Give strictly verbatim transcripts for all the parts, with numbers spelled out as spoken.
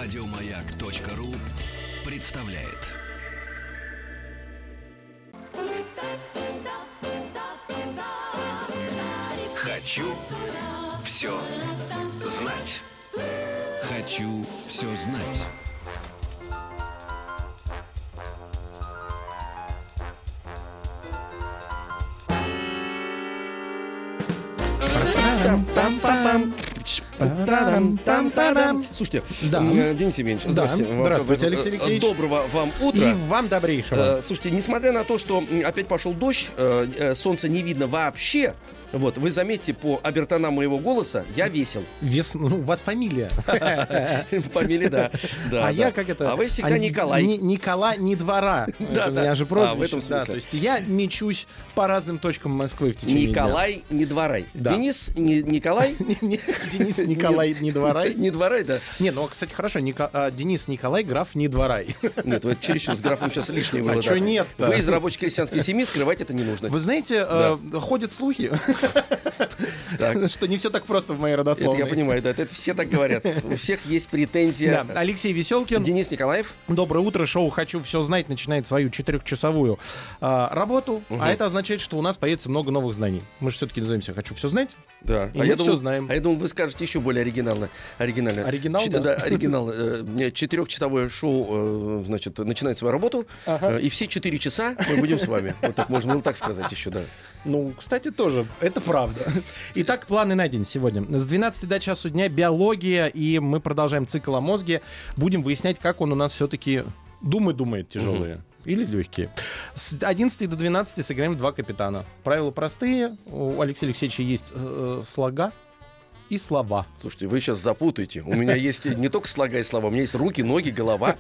Радиомаяк.ру представляет. Хочу все знать. Хочу все знать. Слушайте, да. Денис Евгеньевич, Да. здравствуйте. Здравствуйте, Алексей Алексеевич. Доброго вам утра. И вам добрейшего. Слушайте, несмотря на то, что опять пошел дождь, солнца не видно вообще. Вот, вы заметите по обертонам моего голоса, я весел. Вес... Ну, у вас фамилия. Фамилия, да. да а да. я как это... А вы всегда а, Николай. Ни, Никола, не двора. Да, это да. У меня же прозвище. А, в этом смысле. Да, то есть я мечусь по разным точкам Москвы в течение Николай, дня. не дворай. Да. Денис, не, Николай. Денис Николай, не дворай. Не дворай, да. Не, ну, кстати, хорошо. Денис Николай, граф, не дворай. Нет, вы чересчур с графом сейчас лишнее было. А что нет-то? Вы из рабочей крестьянской семьи, скрывать это не нужно. Вы знаете, ходят слухи, что не все так просто в моей родословной. Это я понимаю, да, это все так говорят. У всех есть претензия. Да. Алексей Веселкин. Денис Николаев. Доброе утро. Шоу «Хочу все знать» начинает свою четырехчасовую а, работу. Угу. А это означает, что у нас появится много новых знаний. Мы же все-таки называемся «Хочу все знать». Да. И а мы я все думал, знаем. А я думал, вы скажете еще более оригинально. Оригинально. Оригинал, Ч- да? Да, оригинал. Четырехчасовое шоу, значит, начинает свою работу. Ага. И все четыре часа мы будем с вами. Вот так можно было так сказать еще, да. Ну, кстати, тоже. Это правда. Итак, планы на день сегодня. С двенадцати до часу дня биология, и мы продолжаем цикл о мозге. Будем выяснять, как он у нас все-таки думает-думает тяжелые. Угу. Или легкие. С одиннадцати до двенадцати сыграем два капитана. Правила простые. У Алексея Алексеевича есть э, слога и слова. Слушайте, вы сейчас запутаете. У меня есть не только слога и слова, у меня есть руки, ноги, голова.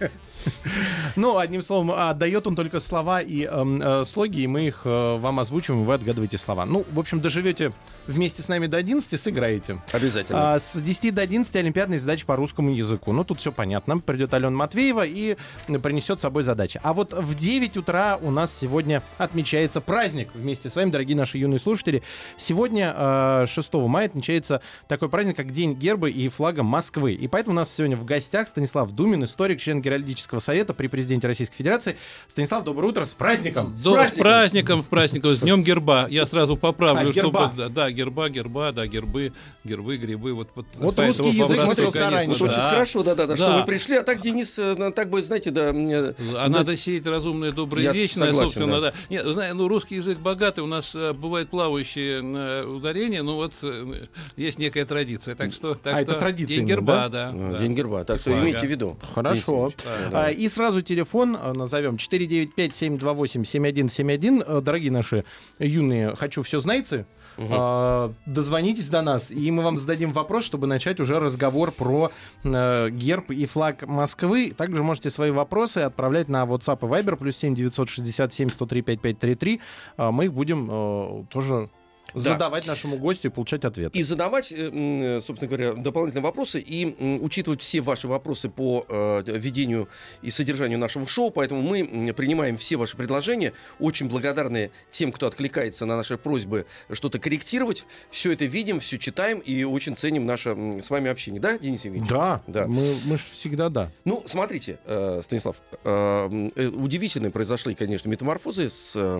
Ну, одним словом, отдает он только слова и э, э, слоги, и мы их э, вам озвучиваем, вы отгадываете слова. Ну, в общем, доживете вместе с нами до одиннадцати, сыграете. Обязательно. А, с десяти до одиннадцати олимпиадные задачи по русскому языку. Ну, тут все понятно. Придет Алена Матвеева и принесет с собой задачи. А вот в девять утра у нас сегодня отмечается праздник вместе с вами, дорогие наши юные слушатели. Сегодня, э, шестого мая, отмечается такой праздник, как День герба и флага Москвы. И поэтому у нас сегодня в гостях Станислав Думин, историк, член Геральдического совета при президенте Российской Федерации. Станислав, доброе утро, с праздником! С, До, праздником. с праздником, с праздником, с Днем герба. Я сразу поправлю, а, герба. чтобы... Да, да, герба, герба, да, гербы, гербы, грибы. Вот, вот, вот русский язык смотрелся раньше. Вот очень да. хорошо, да-да-да, да. что вы пришли. А так, Денис, так бы, знаете, да... А да, надо сеять разумное, доброе и вечное, согласен, собственно, да. да. Нет, знаете, ну, русский язык богатый, у нас э, бывает плавающие э, ударения, но вот э, есть некая традиция, так что... Так а что это традиция, День герба, да? да. А, да. День герба, так что Флага. имейте в виду. Хорошо. Да. А, и сразу телефон назовем четыре девять пять семь два восемь семь один семь один. Дорогие наши юные «Хочу все знайцы», угу. а, дозвонитесь до нас, и мы вам зададим вопрос, чтобы начать уже разговор про э, герб и флаг Москвы. Также можете свои вопросы отправлять на WhatsApp и Viber плюс семь девятьсот шестьдесят семь сто три пятьдесят пять тридцать три. А, мы их будем э, тоже... Да. Задавать нашему гостю и получать ответы. И задавать, собственно говоря, дополнительные вопросы и учитывать все ваши вопросы по ведению и содержанию нашего шоу. Поэтому мы принимаем все ваши предложения. Очень благодарны тем, кто откликается на наши просьбы что-то корректировать. Все это видим, все читаем и очень ценим наше с вами общение. Да, Денис Евгеньевич? Да, да. Мы, мы же всегда да. Ну, смотрите, Станислав, удивительные произошли, конечно, метаморфозы с...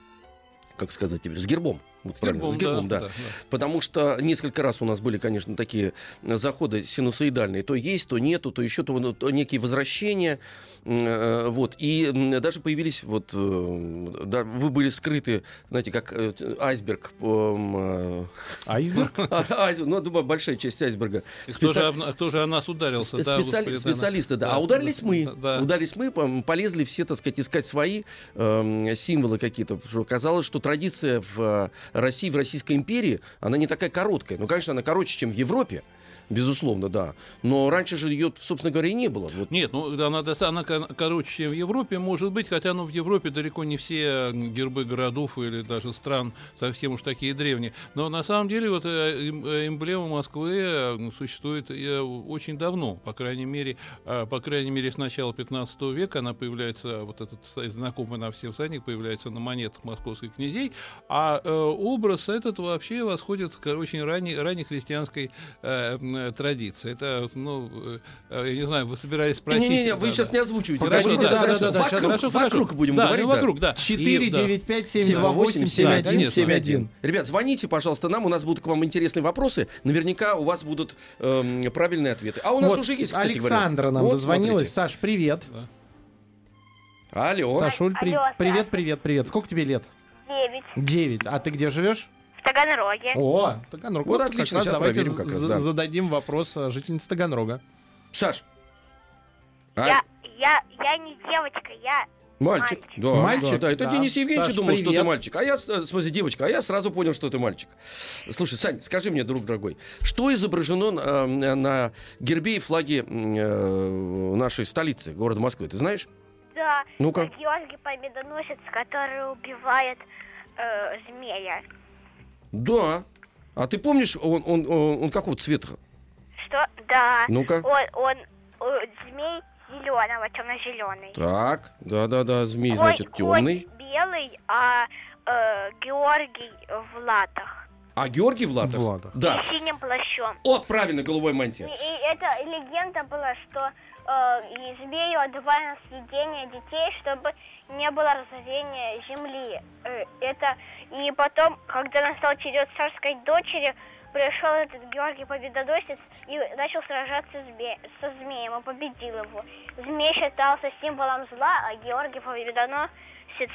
как сказать теперь, с гербом. Вот с правильно, гербом, с гербом, да, да, да. Потому что несколько раз у нас были, конечно, такие заходы синусоидальные. То есть, то нету, то еще, то, то некие возвращения. Вот. И даже появились, вот, да, вы были скрыты, знаете, как айсберг. Айсберг? Ну, думаю, большая часть айсберга. Кто же о нас ударился? Специалисты, да. А ударились мы. Ударились мы, полезли все, так сказать, искать свои символы какие-то. Казалось, что традиция в России, в Российской империи, она не такая короткая. Ну, конечно, она короче, чем в Европе. Безусловно, да. Но раньше же ее, собственно говоря, и не было. Вот. Нет, ну она, она короче, чем в Европе, может быть, хотя ну, в Европе далеко не все гербы городов или даже стран совсем уж такие древние. Но на самом деле вот эмблема Москвы существует очень давно, по крайней мере, по крайней мере, с начала пятнадцатого века она появляется, вот этот знакомый нам всем всадник появляется на монетах московских князей, а образ этот вообще восходит к очень ранней, ранней христианской э, традиции. Это, ну, э, я не знаю, вы собирались спросить... Не-не-не, вы да, сейчас да. не озвучиваете. Подождите, Просто да, да, да, да, вокруг, сейчас- вокруг хорошо. будем Да, говорить. ну, вокруг, да. четыре И, да. девять пять семь два восемь семь один семь один. Ребят, звоните, пожалуйста, нам, у нас будут к вам интересные вопросы. Наверняка у вас будут эм, правильные ответы. А у нас Вот уже есть, кстати Александра говоря. нам Вот, дозвонилась. смотрите. Саш, привет. Алло. Сашуль, при- Алло, привет, привет, привет. Сколько тебе лет? Девять. Девять. А ты где живешь? В Таганроге. О, Таганрог. Вот как отлично, раз сейчас давайте проверим как раз, з- да. зададим вопрос э, жительнице Таганрога. Саш. А, Я, я, я не девочка, я Мальчик. мальчик. Да, Мальчик, да, да. Это да. Денис Евгеньевич Саш, думал, что привет. ты мальчик. А я, с- в смысле, девочка, а я сразу понял, что ты мальчик. Слушай, Сань, скажи мне, друг дорогой, что изображено на, на гербе и флаге э, нашей столицы, города Москвы, ты знаешь? Да, Ну-ка. Георгий Победоносец, который убивает э, змея. Да. А ты помнишь, он, он, он, он какого цвета? Что? Да. Ну-ка. Он, он, он змей зеленого, темно-зеленый. Так, да-да-да, змей, значит, темный. белый, а э, Георгий в латах. А Георгий в латах? В латах. Да. И синим плащом. Вот, правильно, голубой И, мантия. и это легенда была, что э, и змею отдавали на съедение детей, чтобы не было разорения земли. Э, это и потом, когда настал черед царской дочери, пришел этот Георгий Победоносец и начал сражаться с зме- со змеем и победил его. Змей считался символом зла, а Георгий Победоносец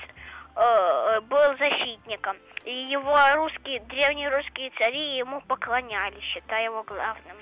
э, был защитником. И его русские, древние русские цари ему поклонялись, считая его главным.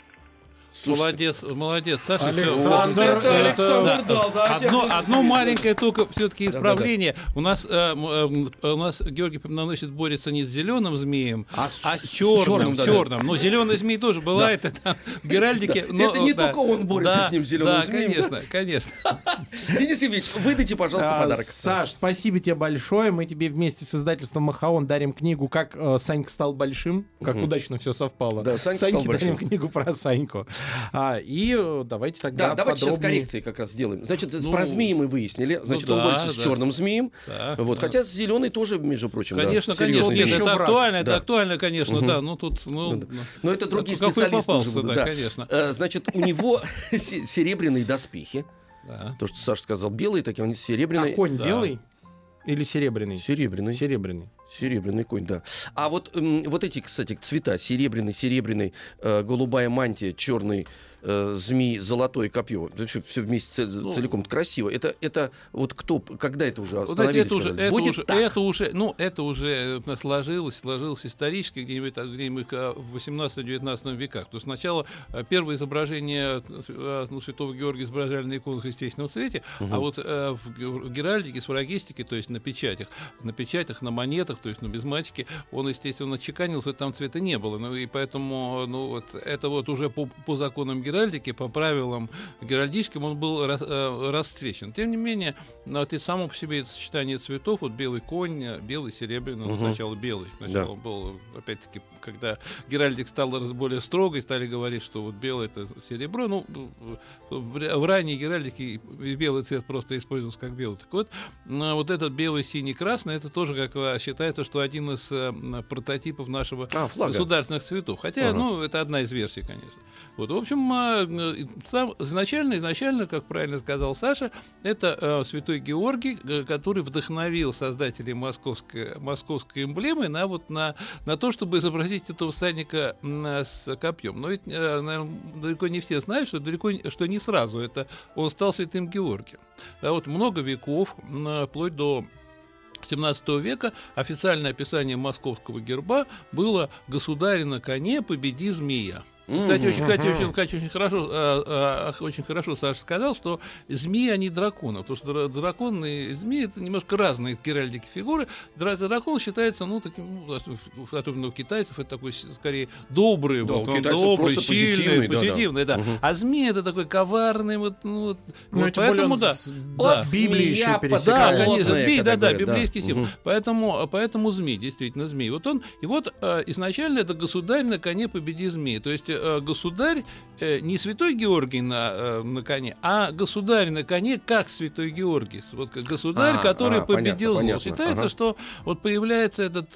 Молодец, молодец, Саша. всё. Александр, Вот это это- Александр дал, да. Одно, одно маленькое только все-таки Да, да, исправление. У нас э, м, э, у нас Георгий Победоносец борется не с зеленым змеем, А а с- с, с черным. чёрным, да, да. черным. Но зеленый змей тоже бывает это в Геральдике. но, Это не да. только он борется Да, с ним, зеленым да, змеем. конечно, конечно. Денис Евгеньевич, выдайте, пожалуйста, А, подарок. Саш, спасибо тебе большое. Мы тебе вместе с издательством Махаон дарим книгу «Как э, Санька стал большим». Как Мгм. удачно все совпало. Да, Санька Саньке стал дарим большим. книгу про Саньку. А, и э, давайте тогда Да, давайте сейчас подробнее. коррекции как раз сделаем. Значит, Ну, про змеи мы выяснили. Значит, он да, борется с да. черным змеем. Да, Вот. да. Хотя с зеленый тоже, между прочим, да, Конечно, серьезный конечно. Нет, змей. Еще это враг. актуально, это Да. актуально, конечно, Мгм. да. Ну тут, ну, Ну да. Но это другие какой специалисты попался, уже будут. да, Да. конечно. Э, Значит, у него се- серебряные доспехи. да. То, что Саша сказал, белые такие, они серебряные. А конь Да. белый или серебряный? Серебряный. Серебряный. Серебряный конь, да. А вот, м, вот эти, кстати, цвета: серебряный, серебряный, э, голубая мантия, черный э, змей, золотое копье. Все вместе ц- Ну, целиком красиво. Это, это вот кто, когда это уже Вот остановились? это уже, сказали? это, Будет уже, так. это уже, ну, это уже э, сложилось, сложилось исторически где-нибудь, так, где-нибудь э, в восемнадцатом-девятнадцатом веках. То есть сначала э, первое изображение э, ну, святого Георгия изображали на иконах в естественном цвете, а вот э, в ге- в геральдике, сфрагистике, то есть на печатях, на печатях, на монетах, то есть на безматике, он, естественно, чеканился, там цвета не было. Ну, и поэтому, ну, вот, это вот уже по, по законам геральдики, по правилам геральдическим, он был рас, э, расцвечен. Тем не менее, ну, вот и само по себе это сочетание цветов, вот белый конь, э, белый, серебряный, ну, Мгм. сначала белый, сначала Да. он был, опять-таки, когда геральдик стал раз- более строгой, стали говорить, что вот белый это серебро, ну, в, р- в ранней геральдике и белый цвет просто использовался как белый. Так вот, ну, вот этот белый, синий, красный, это тоже, как э, считается, что один из э, м, прототипов нашего А, флага. государственных цветов. Хотя, Ага. ну, это одна из версий, конечно. Вот, в общем, э, э, сам, изначально, изначально, как правильно сказал Саша, это э, святой Георгий, э, который вдохновил создателей московской, московской эмблемы на, вот, на, на то, чтобы изобразить этого всадника м, с копьем. Но ведь, э, наверное, далеко не все знают, что далеко не- что не сразу это он стал святым Георгием. Да, вот много веков, м, вплоть до семнадцатого века, официальное описание московского герба было «Государь на коне, победи змея». Кстати, очень, кстати, очень, кстати, очень хорошо, э, э, очень хорошо Саша сказал, что змеи, они драконы, потому что дра- дракон и змеи — это немножко разные в геральдике фигуры. Дра- дракон считается, ну, таким, ну, особенно у китайцев, это такой, скорее, добрый, Да, вот у он китайцев добрый, просто сильный, позитивный, да, да. позитивный, да. Мгм. А змеи — это такой коварный, вот, ну, вот, Ну, вот и тем более поэтому, он да. с да. Библии еще Змея пересекается. Да, подколодная, конечно, змей, когда да, да, говорят, да. библейский символ. Мгм. Поэтому, поэтому змей, действительно, змей. Вот он, и вот э, изначально это «Государь на коне, победи змей». То есть э, э, государь, э, не святой Георгий на, э, на коне, а государь на коне, как святой Георгий. Вот как государь, А, который а, победил зло. понятно, Считается, ага. что вот появляется этот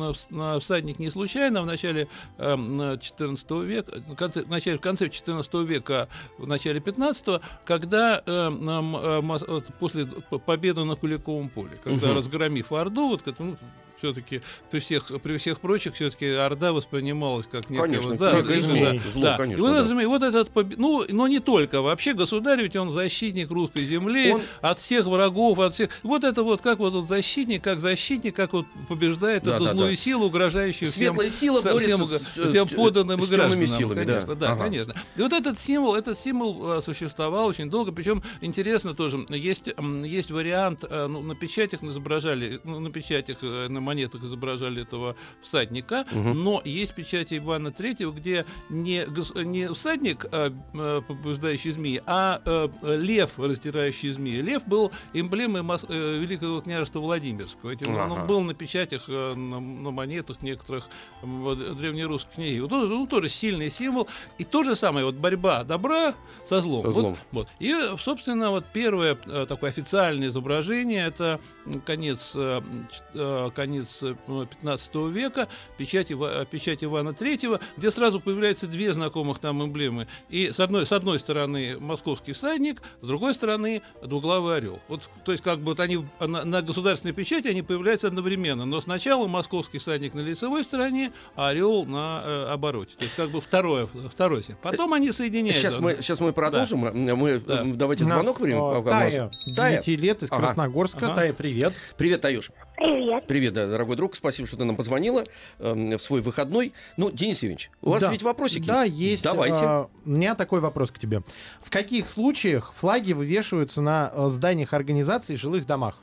э, всадник не случайно в начале э, четырнадцатого века, в конце, в начале, в конце четырнадцатого века, в начале пятнадцатого, когда э, э, э, после победы на Куликовом поле, когда Угу. разгромив Орду, вот, ну, все-таки при всех, при всех прочих все-таки Орда воспринималась как некое... Конечно, вот, да, как да, зло, да, зло, да. конечно, И вот, да. этот, вот этот, побе- ну, но не только, вообще государь, ведь он защитник русской земли, Он- от всех врагов, от всех... Вот это вот как вот, вот защитник, как защитник, как вот побеждает Да, эту да, злую да. силу, угрожающую всем, Светлая сила всем, борется всем, с- всем с- подданным с и темными гражданам, силами, да. конечно, да, Ага. конечно. И вот этот символ, этот символ э, существовал очень долго, причем интересно тоже, есть, м, есть вариант, э, ну, на печатях изображали, ну, на печатях, э, на монетах изображали этого всадника, Мгм. но есть печати Ивана Третьего, где не, гос- не всадник, а, э, побеждающий змеи, а э, лев, раздирающий змеи. Лев был эмблемой Мос- э, Великого княжества Владимирского. Этим Ага. он был на печатях, э, на, на монетах некоторых м, древнерусских князей. Вот тоже, ну, тоже сильный символ. И то же самое, вот борьба добра со злом. Со Вот, злом. вот. И, собственно, вот первое э, такое официальное изображение — это м, конец, э, ч- э, конец э, пятнадцатого века, печать, Ива- печать Ивана Третьего, где сразу появляются две знакомых нам эмблемы. И с одной, с одной стороны московский всадник, с другой стороны двуглавый орел. Вот, то есть как бы вот они на, на государственной печати они появляются одновременно, но сначала московский всадник на лицевой стороне, а орел на э, обороте. То есть как бы второе, второй символ. Потом они соединяются. Сейчас мы, сейчас мы продолжим. Мы, Да. м, давайте У нас, звонок примем. э, А, у нас- Тая, Тая. девяти лет, из Ага. Красногорска. Ага. Тая, привет. Привет, Таюш. Привет. Привет, да, дорогой друг. Спасибо, что ты нам позвонила э, в свой выходной. Ну, Денис Евгеньевич, у вас Да. ведь вопросики Да, есть? есть. Давайте. а, у меня такой вопрос к тебе. В каких случаях флаги вывешиваются на а, зданиях организаций и жилых домах?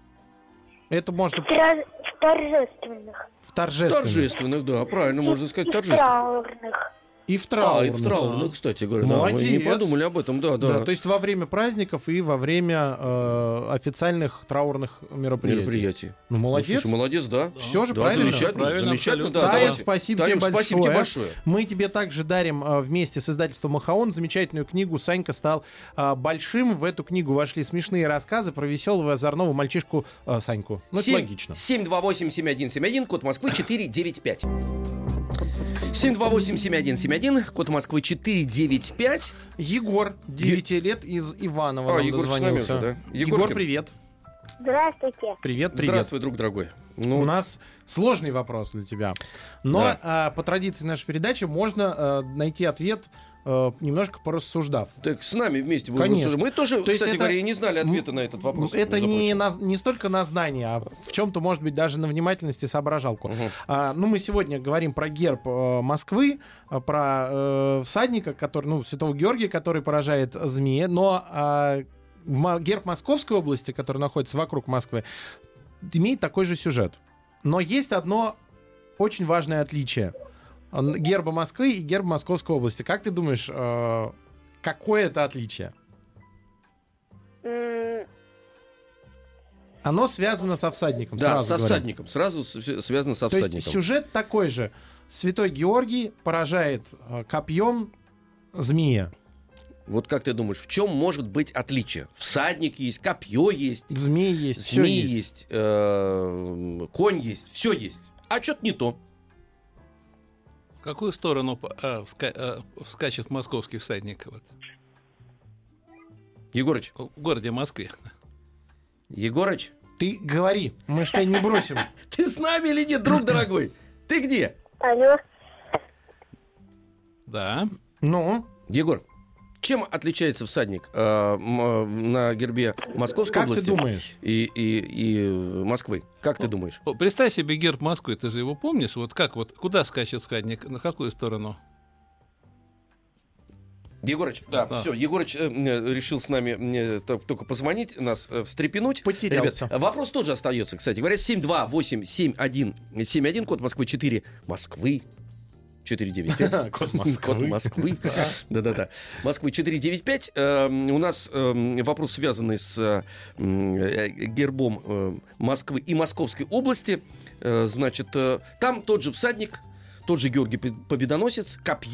Это можно Тра- В торжественных. в торжественных. Торжественных, да, правильно, можно сказать, И в торжественных. траурных. И в А, траурных. и в траурных, кстати говоря, да. Мы не Молодец. подумали об этом, да, да. Да, то есть во время праздников и во время э, официальных траурных мероприятий. мероприятий. Ну, молодец. Ну, слушай, молодец, да. Все же Да, правильно. замечательно, Правильно, замечательно, абсолютно. да. Тая, давайте. спасибо Таюш, тебе большое. спасибо тебе большое. Мы тебе также дарим э, вместе с издательством «Махаон» замечательную книгу «Санька стал э, большим». В эту книгу вошли смешные рассказы про веселого озорного мальчишку э, Саньку. Ну, это семь- логично. семь два восемь семь один семь один, код Москвы четыре девять пять. семь два восемь семь один семь один, код Москвы четыре девять пять. Егор, девяти лет, из Иванова А, нам Егор с нами дозвонился. уже, да? Егор, Егоркин. привет. Здравствуйте. Привет, привет. Здравствуй, друг дорогой. Ну, У нас сложный вопрос для тебя. Но Да. а, по традиции нашей передачи можно а, найти ответ, а, немножко порассуждав. так с нами вместе будем Конечно. рассуждать. Мы тоже, То есть кстати это- говоря, и не знали ответа на этот вопрос. Это между не, прочим. на- не столько на знание, а в чем-то, может быть, даже на внимательность и соображалку. Мгм. А, ну, мы сегодня говорим про герб э, Москвы, а, про э, всадника, который, ну, Святого Георгия, который поражает змеи, но а, в мо- герб Московской области, который находится вокруг Москвы, имеет такой же сюжет. Но есть одно очень важное отличие н- герба Москвы и герба Московской области. Как ты думаешь, э, какое это отличие? М, Оно связано со всадником. Да, сразу со говорю. всадником. Сразу с- связано со То всадником. есть сюжет такой же. Святой Георгий поражает э, копьем змея. Вот как ты думаешь, в чем может быть отличие? Всадник есть, копье есть, Змей есть, всё змеи есть. есть, э, конь есть, все есть. А что-то не то. В какую сторону а, ска- а, скачет московский всадник вот, Егорыч, в городе Москве? Егорыч, Ты говори, мы ж тебя не бросим. ты с нами или нет, друг дорогой? Ты где? Алло. Да. Ну, Егор, чем отличается всадник э, м, на гербе Московской как ты области думаешь? и, и, и Москвы? Как ты думаешь? О, представь себе герб Москвы, ты же его помнишь? Вот как вот, куда скачет всадник, на какую сторону? Егорыч, да, Да. все, Егорыч э, м, решил с нами э, т- только позвонить, нас э, встрепенуть. Потерялся. Ребят, вопрос тоже остается, кстати говоря, семь два восемь семь один семь один, код Москвы четыре, Москвы четыре девять пять. Код Москвы. Код Москвы. Да-да-да. Москвы четыре девять пять. Э, У нас э, вопрос, связанный с э, э, гербом э, Москвы и Московской области. Э, Значит, э, там тот же всадник, тот же Георгий Пе- Победоносец, копье,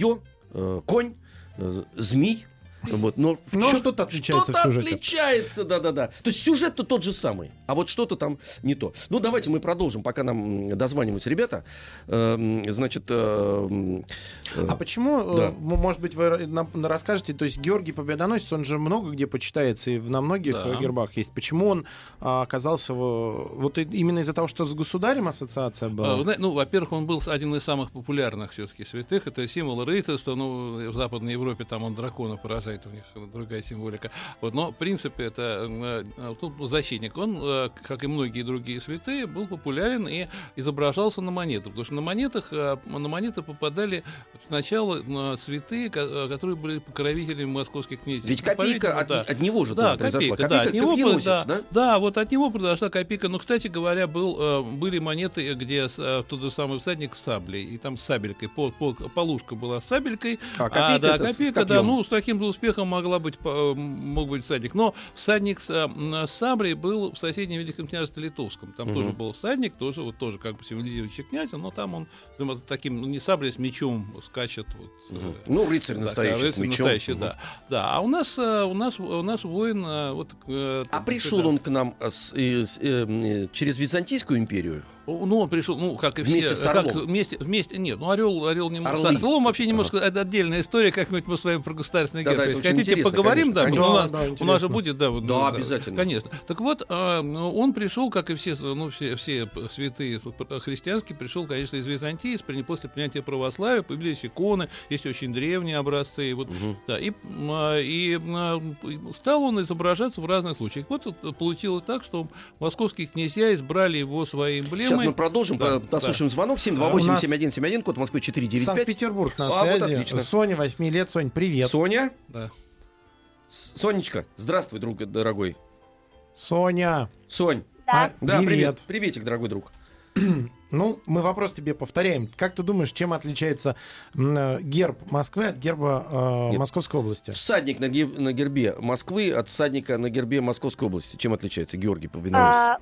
э, конь, э, змей. Вот, но Но чё- что-то отличается что-то в сюжете. отличается, да-да-да. То есть сюжет-то тот же самый, а вот что-то там не то. Ну, давайте мы продолжим, пока нам м, дозваниваются ребята. Эм, Значит, эм, э, А почему, Да. э, м- может быть, вы нам расскажете, то есть Георгий Победоносец, он же много где почитается, и в- на многих Да. э, гербах есть. Почему он а, оказался в- вот и- именно из-за того, что с государем ассоциация А, была? вы знаете, ну, во-первых, он был один из самых популярных все-таки святых. Это символ рыцарства. Ну, в Западной Европе там он дракона поражает, у них другая символика. Вот, но, в принципе, это э, э, тут защитник. Он, э, как и многие другие святые, был популярен и изображался на монетах. Потому что на монетах, э, на монеты попадали сначала э, святые, ко- э, которые были покровителями московских князей. ведь Ну, копейка по-видимому, от, да. от него же Да, да, произошла. копейка, да, от него, копьеносец, да, да? да, вот от него произошла копейка. Ну, кстати говоря, был, э, были монеты, где э, тот же самый всадник с саблей, и там с сабелькой, по, по- полушка была с сабелькой, А копейка да, это с копейка, да, копьем. ну, с таким же успехом могла быть, по- мог быть всадник. Но всадник с, э, с саблей был в соседнем Великом княжестве Литовском. Там Мгм. тоже был всадник, тоже, вот, тоже как бы символизирующий князя, но там он ну, таким, ну, не саблей, с мечом скачет. Вот, Мгм. э, Ну, рыцарь да, настоящий, рыцарь с мечом. настоящий, Мгм. да. Да, а у нас, э, у нас, у нас воин, э, вот. э, А т- пришел да. он к нам э, с- э, с- э, э, через Византийскую империю? Ну, он пришел, ну, как и Вместе все. с Орлом? Как, вместе, вместе, нет, ну, Орел, Орел не Орлы. С Орлом вообще немножко, это отдельная история, как-нибудь мы с вами про государственный Да, герб. да, это Если очень хотите, интересно, поговорим, да, конечно, у, конечно. нас, Да, да, у нас же интересно. будет, да. вот, Да, обязательно. Конечно. Так вот, а, он пришел, как и все, ну, все, все святые христианские, пришел, конечно, из Византии, при- после принятия православия появились иконы, есть очень древние образцы, вот, Мгм. да, и, а, и а, стал он изображаться в разных случаях. Вот тут получилось так, что московские князья избрали его своей эмблемой. Сейчас мы продолжим, Да, по- послушаем звонок. семь два У восемь нас семь один семь один, код Москвы четыре девять пять. Санкт-Петербург на А, вот связи. отлично. Соня, восемь лет. Сонь, привет. Соня? Да. С- Сонечка, здравствуй, друг дорогой. Соня. Сонь. а, Да, привет. привет. Приветик, дорогой друг. Ну, мы вопрос тебе повторяем. Как ты думаешь, чем отличается м, э, герб Москвы от герба э, Нет. Московской области? Всадник на, ге- на гербе Москвы от всадника на гербе Московской области. Чем отличается Георгий Победоносец? А,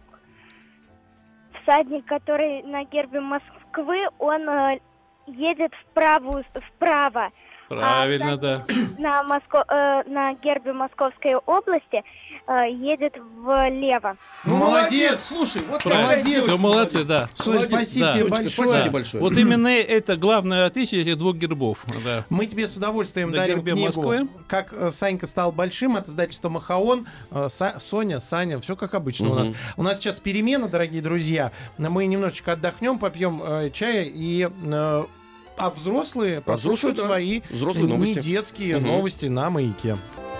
всадник, который на гербе Москвы, он э, едет в правую, вправо. Правильно, А, да. На, Моско- э, на гербе Московской области э, едет влево. Ну, молодец! Слушай, вот Молодец! какая девочка. Да, молодцы, да. Сонь, Молодец. спасибо Да. тебе Сонечка, большое. спасибо тебе большое. Вот именно это главное отличие этих двух гербов. Да. Мы тебе с удовольствием На дарим гербе книгу Москвы. «Как э, Санька стал большим» от издательства «Махаон». Э, Са- Соня, Саня, все как обычно у Мгм. нас. У нас сейчас перемена, дорогие друзья. Мы немножечко отдохнем, попьем э, чая и... э, а взрослые послушают да. свои Взрослые не новости. детские Мгм. новости на «Маяке».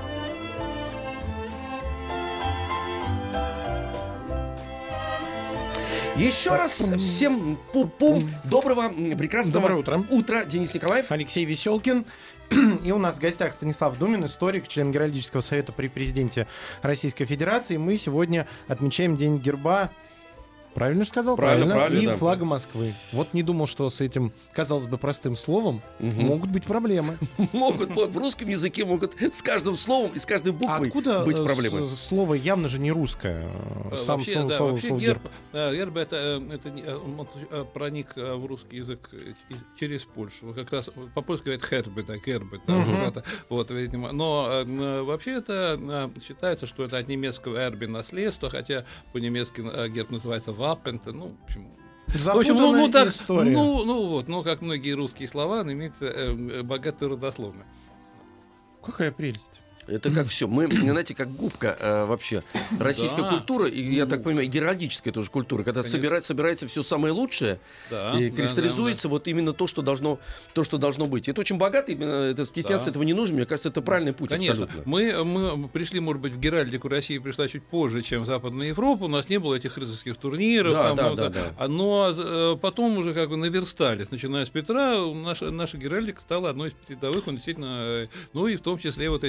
Еще раз всем пу-пум. Доброго, м, прекрасного Доброе утро. утра, Денис Николаев. Алексей Веселкин. И у нас в гостях Станислав Думин, историк, член Геральдического совета при президенте Российской Федерации. Мы сегодня отмечаем День герба. Правильно же сказал? Правильно, правильно, И да. флага Москвы. Вот не думал, что с этим, казалось бы, простым словом Мгм. могут быть проблемы. Могут, вот в русском языке могут с каждым словом и с каждой А буквой откуда быть э, проблемы. с- слово явно же не русское? Э, Сам вообще, слово, да, слово- вообще слово герб, герб. э, герб это, э, это не- э, он э, проник э, в русский язык э, и- через Польшу. Вот как раз по-польски говорят «хербы», да, «гербы». да, Мгм. вот это, вот, видимо. Но э, э, вообще это э, считается, что это от немецкого «эрби» наследство, хотя по-немецки э, герб называется «ваппен». Ну, в общем, в общем, ну, ну, Запутанная так, история. ну, ну вот, ну как многие русские слова, он имеет э, э, богатую родословную. Какая прелесть. Это как все. Мы, знаете, как губка э, вообще. Российская Да. культура, и я так понимаю, и геральдическая тоже культура, когда Конечно. собирает, собирается все самое лучшее, Да, и да, кристаллизуется вот именно то, что должно, то, что должно быть. Это очень богато, именно это стесняться Да. этого не нужно. Мне кажется, это правильный путь. Конечно. Абсолютно. Мы, мы пришли, может быть, в Геральдику России пришла чуть позже, чем в Западную Европу. У нас не было этих рыцарских турниров. Да, там, да, вот, да, да. а, Но э, потом уже как бы наверстались. Начиная с Петра, наша, наша Геральдика стала одной из передовых. Он действительно, э, ну и в том числе вот эти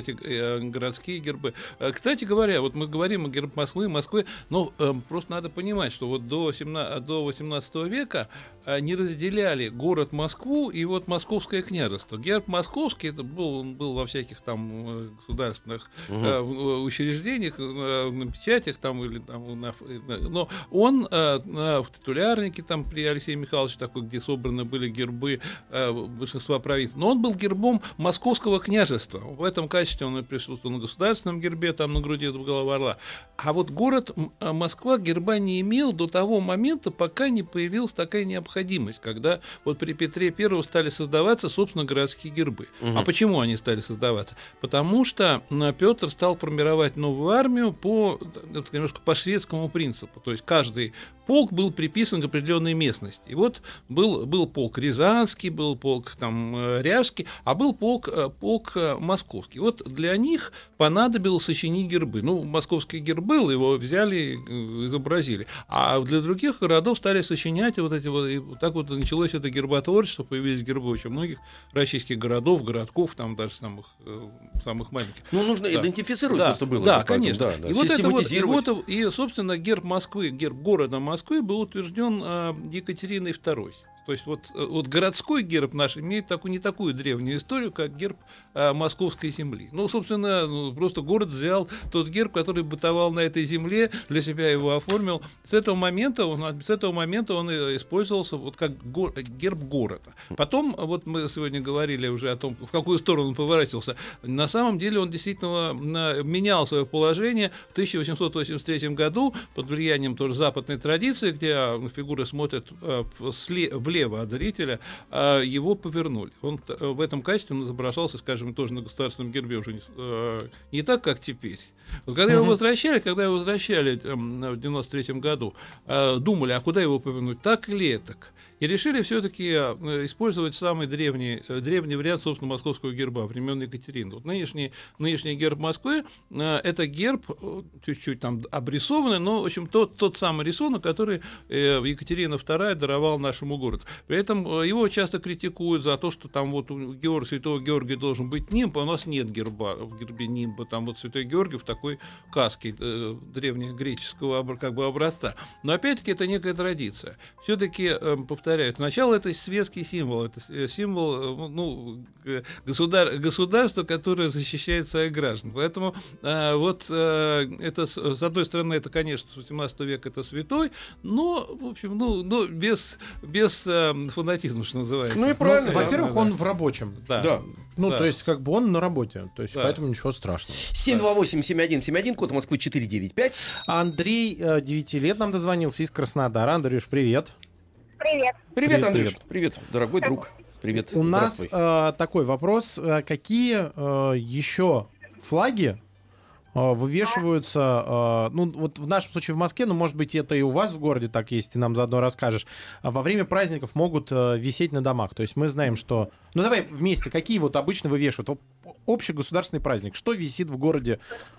э, городские гербы. Э, кстати говоря, вот мы говорим о гербе Москвы, Москвы, но э, просто надо понимать, что вот до, семнадцатого, до восемнадцатого века э, не разделяли город Москву и вот Московское княжество. Герб московский, это был, он был во всяких там государственных э, учреждениях, э, на печатях там или там, на, но он э, в титулярнике там при Алексее Михайловиче такой, где собраны были гербы э, большинства правительств, но он был гербом Московского княжества. В этом качестве он присутствовал на государственном гербе, там на груди голова орла. А вот город Москва герба не имел до того момента, пока не появилась такая необходимость, когда вот при Петре Первом стали создаваться, собственно, городские гербы. Угу. А почему они стали создаваться? Потому что Петр стал формировать новую армию по, немножко по шведскому принципу. То есть каждый полк был приписан к определенной местности. И вот был, был полк Рязанский, был полк там, Ряжский, а был полк, полк Московский. Вот для них понадобилось сочинить гербы. Ну, московский герб был, его взяли, изобразили. А для других городов стали сочинять вот эти вот. И вот так вот началось это герботворчество, появились гербы очень многих российских городов, городков, там даже самых, самых маленьких. Ну, нужно да. идентифицировать да. просто было. Да, же, конечно. Да, да. И, вот это вот, и, вот, и, собственно, герб Москвы, герб города Москвы был утвержден э, Екатериной Второй. То есть вот, вот городской герб наш имеет такую, не такую древнюю историю, как герб а, московской земли. Ну, собственно, ну, просто город взял тот герб, который бытовал на этой земле, для себя его оформил. С этого момента он, с этого момента он использовался вот как го, герб города. Потом, вот мы сегодня говорили уже о том, в какую сторону он поворачивался. На самом деле он действительно менял свое положение в тысяча восемьсот восемьдесят третьем году под влиянием тоже западной традиции, где фигуры смотрят влево влево от зрителя, а его повернули. Он в этом качестве он изображался, скажем, тоже на государственном гербе уже не, не так, как теперь. Вот когда uh-huh. его возвращали, когда его возвращали в девяносто третьем году, думали, а куда его повернуть, так или так. И решили все-таки использовать самый древний, древний вариант, собственно, московского герба времен Екатерины. Вот нынешний, нынешний герб Москвы – это герб чуть-чуть там обрисованный, но, в общем, тот, тот самый рисунок, который Екатерина Вторая даровала нашему городу. При этом его часто критикуют за то, что там вот у Георгия, святого Георгия должен быть нимб, а у нас нет герба, в гербе нимба, там вот святой Георгий в такой каске э, древнегреческого как бы образца. Но, опять-таки, это некая традиция. Все-таки, э, повторяю, сначала это светский символ, это символ ну, государ, государства, которое защищает своих граждан. Поэтому э, вот э, это, с одной стороны, это, конечно, с восемнадцатого века это святой, но, в общем, ну, ну без, без э, фанатизма, что называется. Ну и правильно. Ну, во-первых, да, он да. в рабочем. Да. да. Ну, да. то есть, как бы он на работе. То есть, да. поэтому ничего страшного. семь два восемь семь один семь один, код Москвы четыре девять пять. Андрей, девять лет, нам дозвонился из Краснодара. Андрюш, привет. Привет. Привет, Привет, Андрюш. привет. Привет, дорогой друг. Привет. У нас э, такой вопрос. Какие э, еще флаги э, вывешиваются, э, ну, вот в нашем случае в Москве, но, может быть, это и у вас в городе так есть, ты нам заодно расскажешь, во время праздников могут э, висеть на домах. То есть мы знаем, что... Ну, давай вместе, какие вот обычно вывешивают? Общий государственный праздник. Что висит в городе?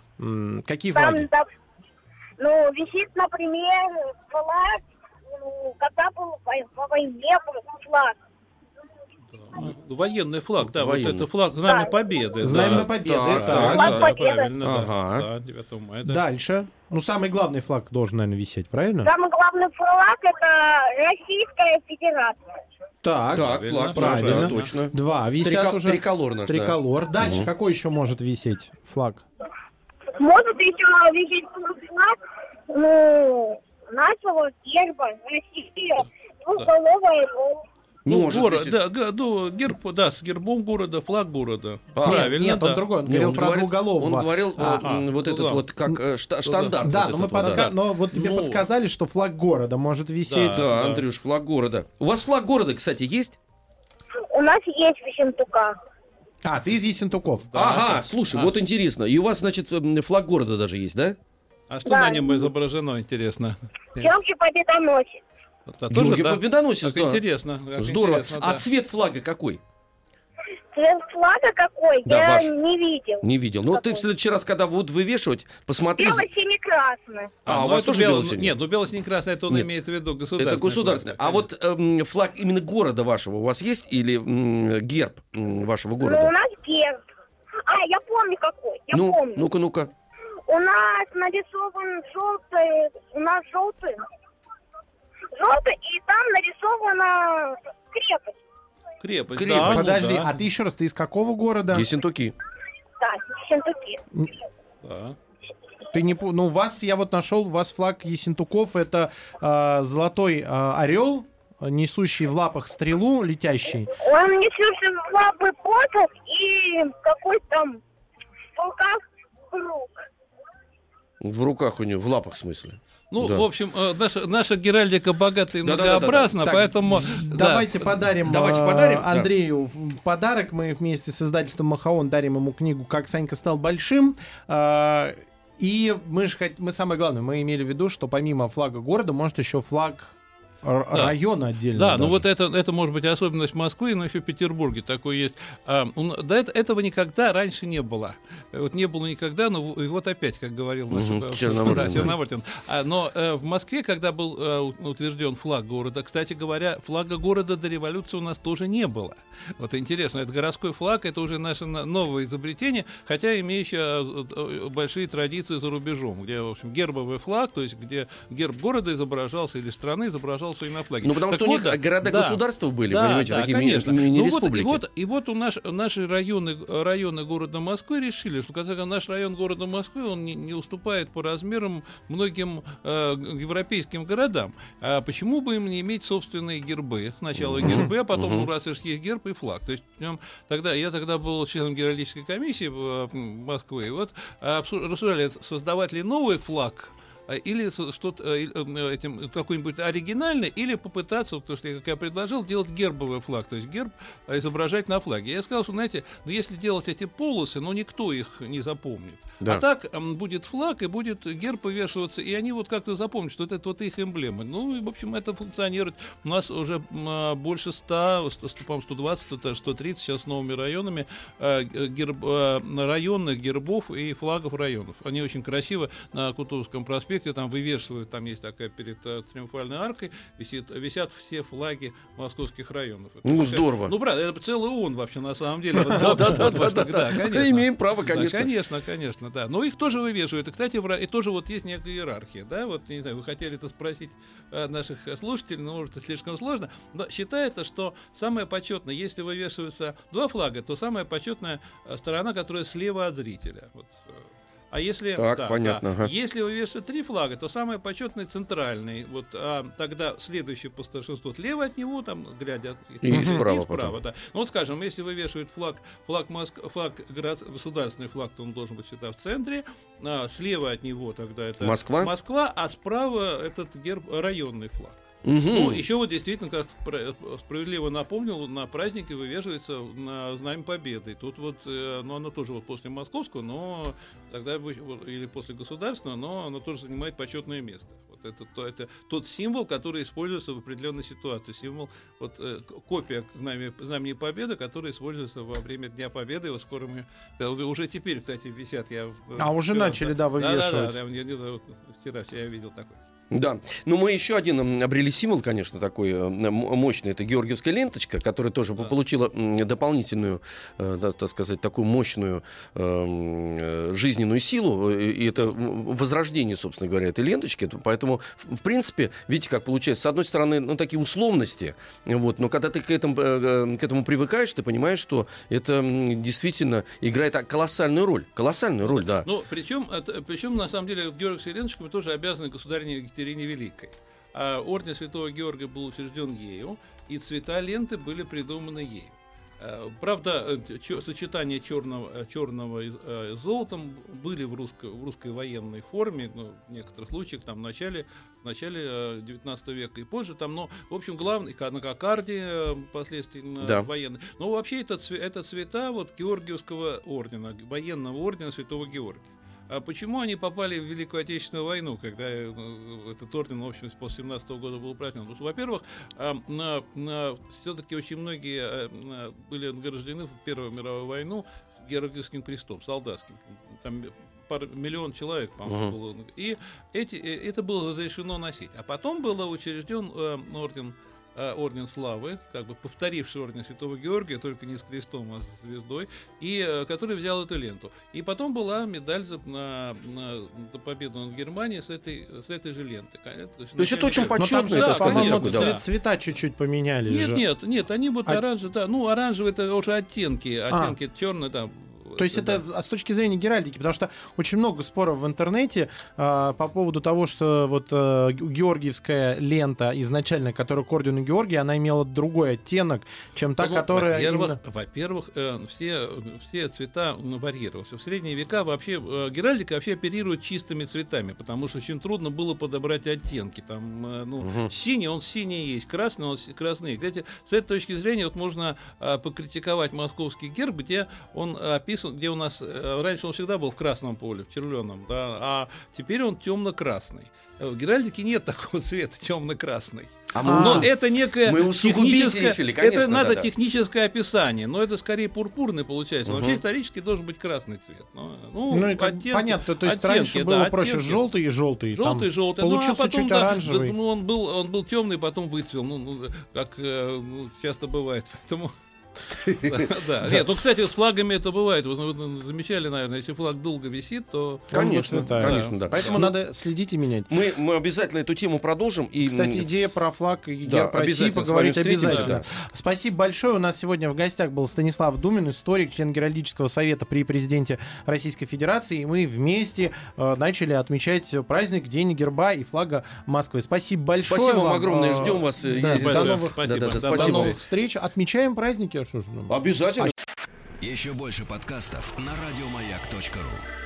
М- какие Там, флаги? там, ну, висит, например, флаг, ну, когда был по войне флаг. Военный флаг, да, Военный. вот это флаг Знамя Да. Победы. Знамя да. Победы, Да, так. да, Флаг Да, Победы. правильно, Ага. да, да, девятого мая, да. Дальше. Ну, самый главный флаг должен, наверное, висеть, правильно? Самый главный флаг — это Российская Федерация. Так, Так, Правильно, флаг, правильно. да, точно. Два висят Трика- уже. Триколор наш, да. Триколор. Дальше Мгм. какой еще может висеть флаг? Может еще висеть флаг, ну, нашего герба России, двухголовый орел. Ну, Может город, висеть. да, га- ну, герб, да, с гербом города, флаг города. А, Правильно, Нет, да. он другой, он Не, говорил он про говорит- двуголового. Он говорил А, э, м, вот ну этот да. вот как э, шта- да. штандарт. Да, вот но, мы этот вот, подска- да. но вот тебе Ну. подсказали, что флаг города может висеть. Да. Да, Андрюш, флаг города. У вас флаг города, кстати, есть? У нас есть в Ессентуках. А, ты из Ессентуков. Ага, слушай, А. вот интересно. И у вас, значит, м, флаг города даже есть, да? А что Да. на нем изображено, интересно? Георгий Победоносец. А, тоже, Георгий да? Победоносец, Как да. интересно. как Здорово. интересно, А да. цвет флага какой? Цвет флага какой? Да, Я ваш. не видел. Не видел. Ну, ты Какой? в следующий раз, когда будут вывешивать, посмотри. Бело-синий-красный. А, у ну, вас это тоже бело- бело-синий? Нет, ну бело-синий-красный, это он Нет. имеет в виду государственный. Это государственный. флаг, А вот эм, флаг именно города вашего у вас есть? Или м, герб м, вашего Ну, у города? нас герб. А, я помню. помню какой. Я Ну, помню. ну-ка, ну-ка. У нас нарисован желтый, у нас желтый, желтый, и там нарисована крепость. Крепость, Крепость. да, ну Подожди, да. а ты еще раз, ты из какого города? Ессентуки. Да, Ессентуки. Да. Ты не, пу- ну, у вас, я вот нашел, у вас флаг Ессентуков, это э, золотой э, орел, несущий в лапах стрелу, летящий. Он несется в лапы посох и какой там в руках круг. В руках у него, в лапах в смысле. Ну, Да. в общем, э, наша, наша геральдика богата и Да-да-да-да-да. многообразна, Так, поэтому... да. Давайте подарим, Давайте э, подарим, да. Андрею в- подарок. Мы вместе с издательством Махаон дарим ему книгу «Как Санька стал большим». Э, И мы же хот- мы самое главное, мы имели в виду, что помимо флага города, может еще флаг р- Да. района отдельно. Да, даже. ну вот это, это может быть особенность Москвы, но еще в Петербурге такой есть. А, у на- да, это- этого никогда раньше не было. Э, Вот не было никогда, но в- и вот опять, как говорил наш Мгм, э, Черномырдин, да, да. Черномырдин. А, но э, в Москве, когда был э, у- утвержден флаг города, кстати говоря, флага города до революции у нас тоже не было. Вот интересно, это городской флаг, это уже наше на- новое изобретение, хотя имеющее э, э, большие традиции за рубежом, где, в общем, гербовый флаг, то есть где герб города изображался или страны изображался и на флаге. Ну, потому Так что у вот, них да, города-государства были, да, понимаете, да, такие конечно. мини- Ну вот, и мини-республики. вот, и вот у наш, наши районы, районы города Москвы решили, что в конце концов, наш район города Москвы, он не, не уступает по размерам многим э, европейским городам. А почему бы им не иметь собственные гербы? Сначала гербы, а потом, ну, раз уж есть герб и флаг. То есть в нем тогда, я тогда был членом геральдической комиссии в, э, Москвы, и вот э, обсу- рассуждали, создавать ли новый флаг, а, или с- что-то э, э, этим какой-нибудь оригинальный, или попытаться, вот то, что я, как я предложил, делать гербовый флаг, то есть герб э, изображать на флаге. Я сказал, что, знаете, ну если делать эти полосы, ну никто их не запомнит. Да. А так м, будет флаг и будет герб вывешиваться, и они вот как-то запомнят, что это вот их эмблемы. Ну и, в общем, это функционирует. У нас уже м, а, больше ста, сто, по-моему, сто двадцать, сто тридцать сейчас с новыми районами э, герб, э, районных гербов и флагов районов. Они очень красиво на Кутузовском проспекте там вывешивают, там есть такая перед э, Триумфальной аркой, висит, висят все флаги московских районов. Это Ну, такая- здорово. Ну, правда, это целый ООН вообще на самом деле. Да-да-да-да-да. конечно. Имеем право, Да, конечно. конечно, конечно, да. Но их тоже вывешивают. И, кстати, в Ра- и тоже вот есть некая иерархия, да, вот, не знаю, вы хотели это спросить э, наших слушателей, но, может, это слишком сложно, но считается, что самое почетное, если вывешиваются два флага, то самая почетная э, сторона, которая слева от зрителя. Вот, э, а если, Так, да, понятно, да. ага. Если вывешиваются три флага, то самый почетный центральный. Вот, а тогда следующий по старшинству слева от него, там, глядя, И справа потом. да. Ну вот, скажем, если вывешивают флаг, флаг, Моск... флаг город... государственный флаг, то он должен быть всегда в центре. А слева от него тогда это Москва. Москва, а справа этот герб районный флаг. Мгм. Ну, еще вот действительно, как спра- справедливо напомнил, на празднике вывешивается на Знамя Победы. И тут вот, э, ну, оно тоже вот после московского, но тогда бы- вот, или после государственного, но оно тоже занимает почетное место. Вот это, то, это тот символ, который используется в определенной ситуации. Символ, вот э, к- копия Знамени, Знамени Победы, которая используется во время Дня Победы. Вот скоро мы, да, уже теперь, кстати, висят. Я, А, уже начали, да, вывешивать. Да, да, да, я, я- вот вчера я видел такой. Да. Ну, мы еще один м, обрели символ, конечно, такой э, м- мощный. Это георгиевская ленточка, которая тоже Да. получила м, дополнительную, э, да, так сказать, такую мощную э, м, э, жизненную силу. И и это м, возрождение, собственно говоря, этой ленточки. Это- Поэтому, в в принципе, видите, как получается. С одной стороны, ну, такие условности, вот, но когда ты к этому, э, э, к этому привыкаешь, ты понимаешь, что это м, действительно играет колоссальную роль. Колоссальную роль, да. Ну, причем, это- причем, на самом деле, георгиевской ленточкой мы тоже обязаны государине Екатерине Великой. А орден Святого Георгия был учрежден ею, и цвета ленты были придуманы ею. А, Правда, э, чё- сочетание черного, э, черного и э, с золотом были в русской, в русской военной форме, ну, в некоторых случаях, там, в начале, в начале э, девятнадцатого века и позже, там, но, в общем, главный, ка- на кокарде, э, впоследствии на Да. военной. Но вообще это, цве- это цвета вот Георгиевского ордена, военного ордена Святого Георгия. А почему они попали в Великую Отечественную войну, когда э, этот орден, в общем, после семнадцатого года был празднован? Потому что, во-первых, а, на, на, все-таки очень многие а, на- были награждены в Первую мировую войну Георгиевским крестом, солдатским. Там пар, миллион человек, по-моему, Мгм. было. И эти, э, это было разрешено носить. А потом был учрежден э, орден э, орден славы, как бы повторивший орден Святого Георгия, только не с крестом, а с звездой, и э, который взял эту ленту. И потом была медаль за, на, на, на победу над Германией с этой, с этой же лентой. То есть, То есть это очень Но там почетно, же, это да, сказать. по-моему, такой, цвет- да. цвета чуть-чуть поменяли Нет, же. нет, нет, они будут А- оранжевые, да, ну оранжевые это уже оттенки, оттенки черные, да. То есть это да. а с точки зрения геральдики, потому что очень много споров в интернете а, по поводу того, что вот а, георгиевская лента изначально, которая к ордену Георгия, она имела другой оттенок, чем та, Ну, которая во-первых, именно... во-первых, э, все, все цвета ну, варьировались. В средние века вообще э, геральдика вообще оперирует чистыми цветами, потому что очень трудно было подобрать оттенки. Там, э, ну, Мгм. синий, он синий есть, красный, он с- красный есть. Кстати, с этой точки зрения вот можно э, покритиковать московский герб, где он описан, где у нас э, раньше он всегда был в красном поле, в червленом, да, а теперь он темно-красный. В геральдике нет такого цвета темно-красный. А мы Но усу- это некое мы усугубить техническое, решили, конечно, это надо да-да. техническое описание, но это скорее пурпурный получается. Но Мгм. вообще исторически должен быть красный цвет. Ну, ну, Ну, и как оттенки- понятно, то есть оттенки, раньше да, было проще оттенки. желтый и желтый. там Желтый, желтый. Получился ну, а потом, чуть да, оранжевый. да, ну, он был, он был темный, потом выцвел. Ну, ну, как э, ну, часто бывает. Поэтому. Да, да. Нет, ну, кстати, с флагами это бывает. Вы вы замечали, наверное, если флаг долго висит, то. Конечно, выцветает. конечно, да. Поэтому Ну, надо следить и менять. Мы, мы обязательно эту тему продолжим. И, Кстати, м, идея с- про флаг и Да, герб России обязательно с поговорить вами встретимся, обязательно. да. Спасибо большое. У нас сегодня в гостях был Станислав Думин, историк, член Геральдического совета при президенте Российской Федерации. И мы вместе э, начали отмечать праздник День герба и флага Москвы. Спасибо большое. Спасибо вам вам. огромное. Э, Ждем вас. э, да, ездить. до Спасибо. новых- Спасибо. Да-да-да, До До спасибо. новых встреч. Отмечаем праздники. А что же нам? Обязательно. Еще больше подкастов на радиомаяк точка ру.